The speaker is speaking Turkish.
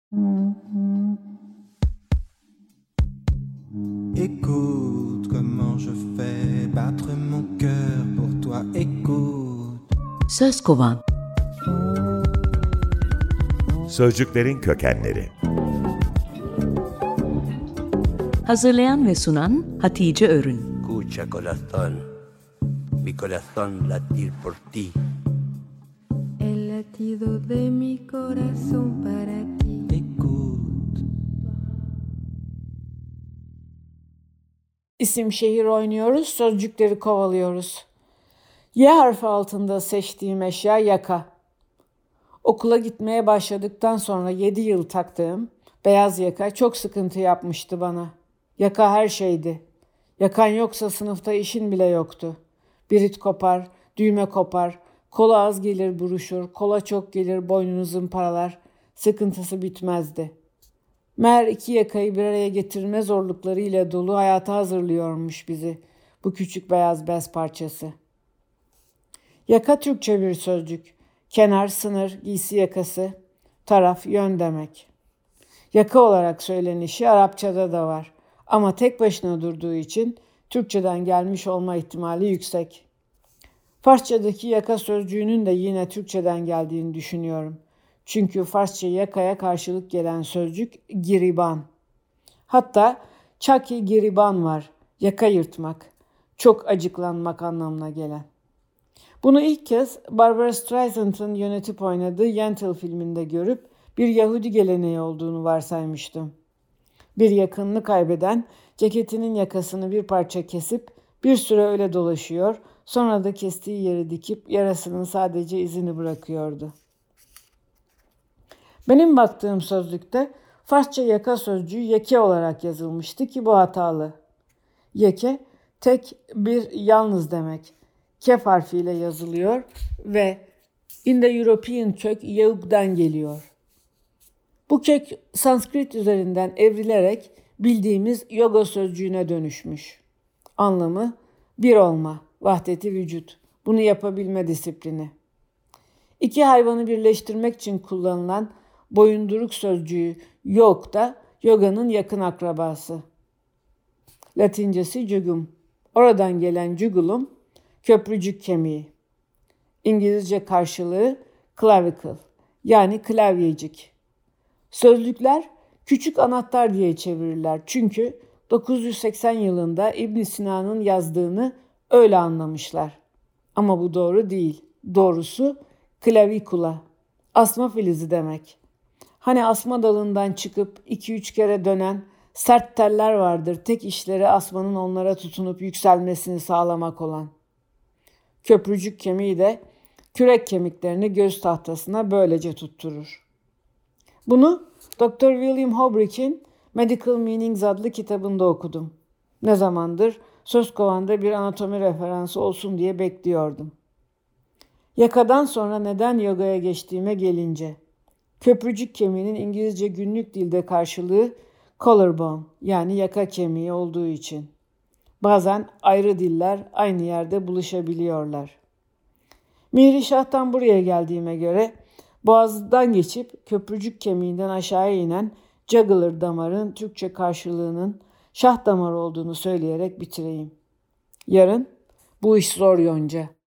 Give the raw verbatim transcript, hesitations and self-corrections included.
Écoute comment je fais battre mon cœur pour toi, écoute. Söz kovan. Sözcüklerin kökenleri. Hazırlayan ve sunan Hatice Örün. Escucha corazón, mi corazón latir por ti. El latido de mi corazón para ti. Écoute. İsim şehir oynuyoruz, sözcükleri kovalıyoruz. Y harfi altında seçtiğim eşya yaka. Okula gitmeye başladıktan sonra yedi yıl taktığım beyaz yaka çok sıkıntı yapmıştı bana. Yaka her şeydi. Yakan yoksa sınıfta işin bile yoktu. Birit kopar, düğme kopar, kola az gelir buruşur, kola çok gelir boynunu zımparalar, sıkıntısı bitmezdi. Meğer iki yakayı bir araya getirme zorluklarıyla dolu hayata hazırlıyormuş bizi bu küçük beyaz bez parçası. Yaka Türkçe bir sözcük. Kenar, sınır, giysi yakası, taraf, yön demek. Yaka olarak söylenişi Arapçada da var. Ama tek başına durduğu için Türkçeden gelmiş olma ihtimali yüksek. Farsçadaki yaka sözcüğünün de yine Türkçeden geldiğini düşünüyorum. Çünkü Farsça yakaya karşılık gelen sözcük giriban. Hatta çaki giriban var, yaka yırtmak, çok acıklanmak anlamına gelen. Bunu ilk kez Barbra Streisand'ın yönetip oynadığı Yentl filminde görüp bir Yahudi geleneği olduğunu varsaymıştım. Bir yakınını kaybeden ceketinin yakasını bir parça kesip bir süre öyle dolaşıyor, sonra da kestiği yeri dikip yarasının sadece izini bırakıyordu. Benim baktığım sözlükte Farsça yaka sözcüğü yeke olarak yazılmıştı ki bu hatalı. Yeke tek bir yalnız demek. Kef harfiyle yazılıyor ve Indo-European kök Yağık'dan geliyor. Bu kök Sanskrit üzerinden evrilerek bildiğimiz yoga sözcüğüne dönüşmüş. Anlamı bir olma, vahdeti vücut. Bunu yapabilme disiplini. İki hayvanı birleştirmek için kullanılan boyunduruk sözcüğü yok da yoganın yakın akrabası. Latincesi jugum. Oradan gelen jugulum köprücük kemiği. İngilizce karşılığı clavicle yani klavyecik. Sözlükler küçük anahtar diye çevirirler çünkü dokuz yüz seksen yılında İbn Sina'nın yazdığını öyle anlamışlar. Ama bu doğru değil. Doğrusu klavikula. Asma filizi demek. Hani asma dalından çıkıp iki üç kere dönen sert teller vardır. Tek işleri asmanın onlara tutunup yükselmesini sağlamak olan. Köprücük kemiği de kürek kemiklerini göz tahtasına böylece tutturur. Bunu doktor William Holbrook'in Medical Meanings adlı kitabında okudum. Ne zamandır söz kovanda bir anatomi referansı olsun diye bekliyordum. Yakadan sonra neden yogaya geçtiğime gelince, köprücük kemiğinin İngilizce günlük dilde karşılığı collarbone yani yaka kemiği olduğu için. Bazen ayrı diller aynı yerde buluşabiliyorlar. Mihrişah'tan buraya geldiğime göre boğazdan geçip köprücük kemiğinden aşağıya inen jugular damarın Türkçe karşılığının şah damarı olduğunu söyleyerek bitireyim. Yarın bu iş zor yonca.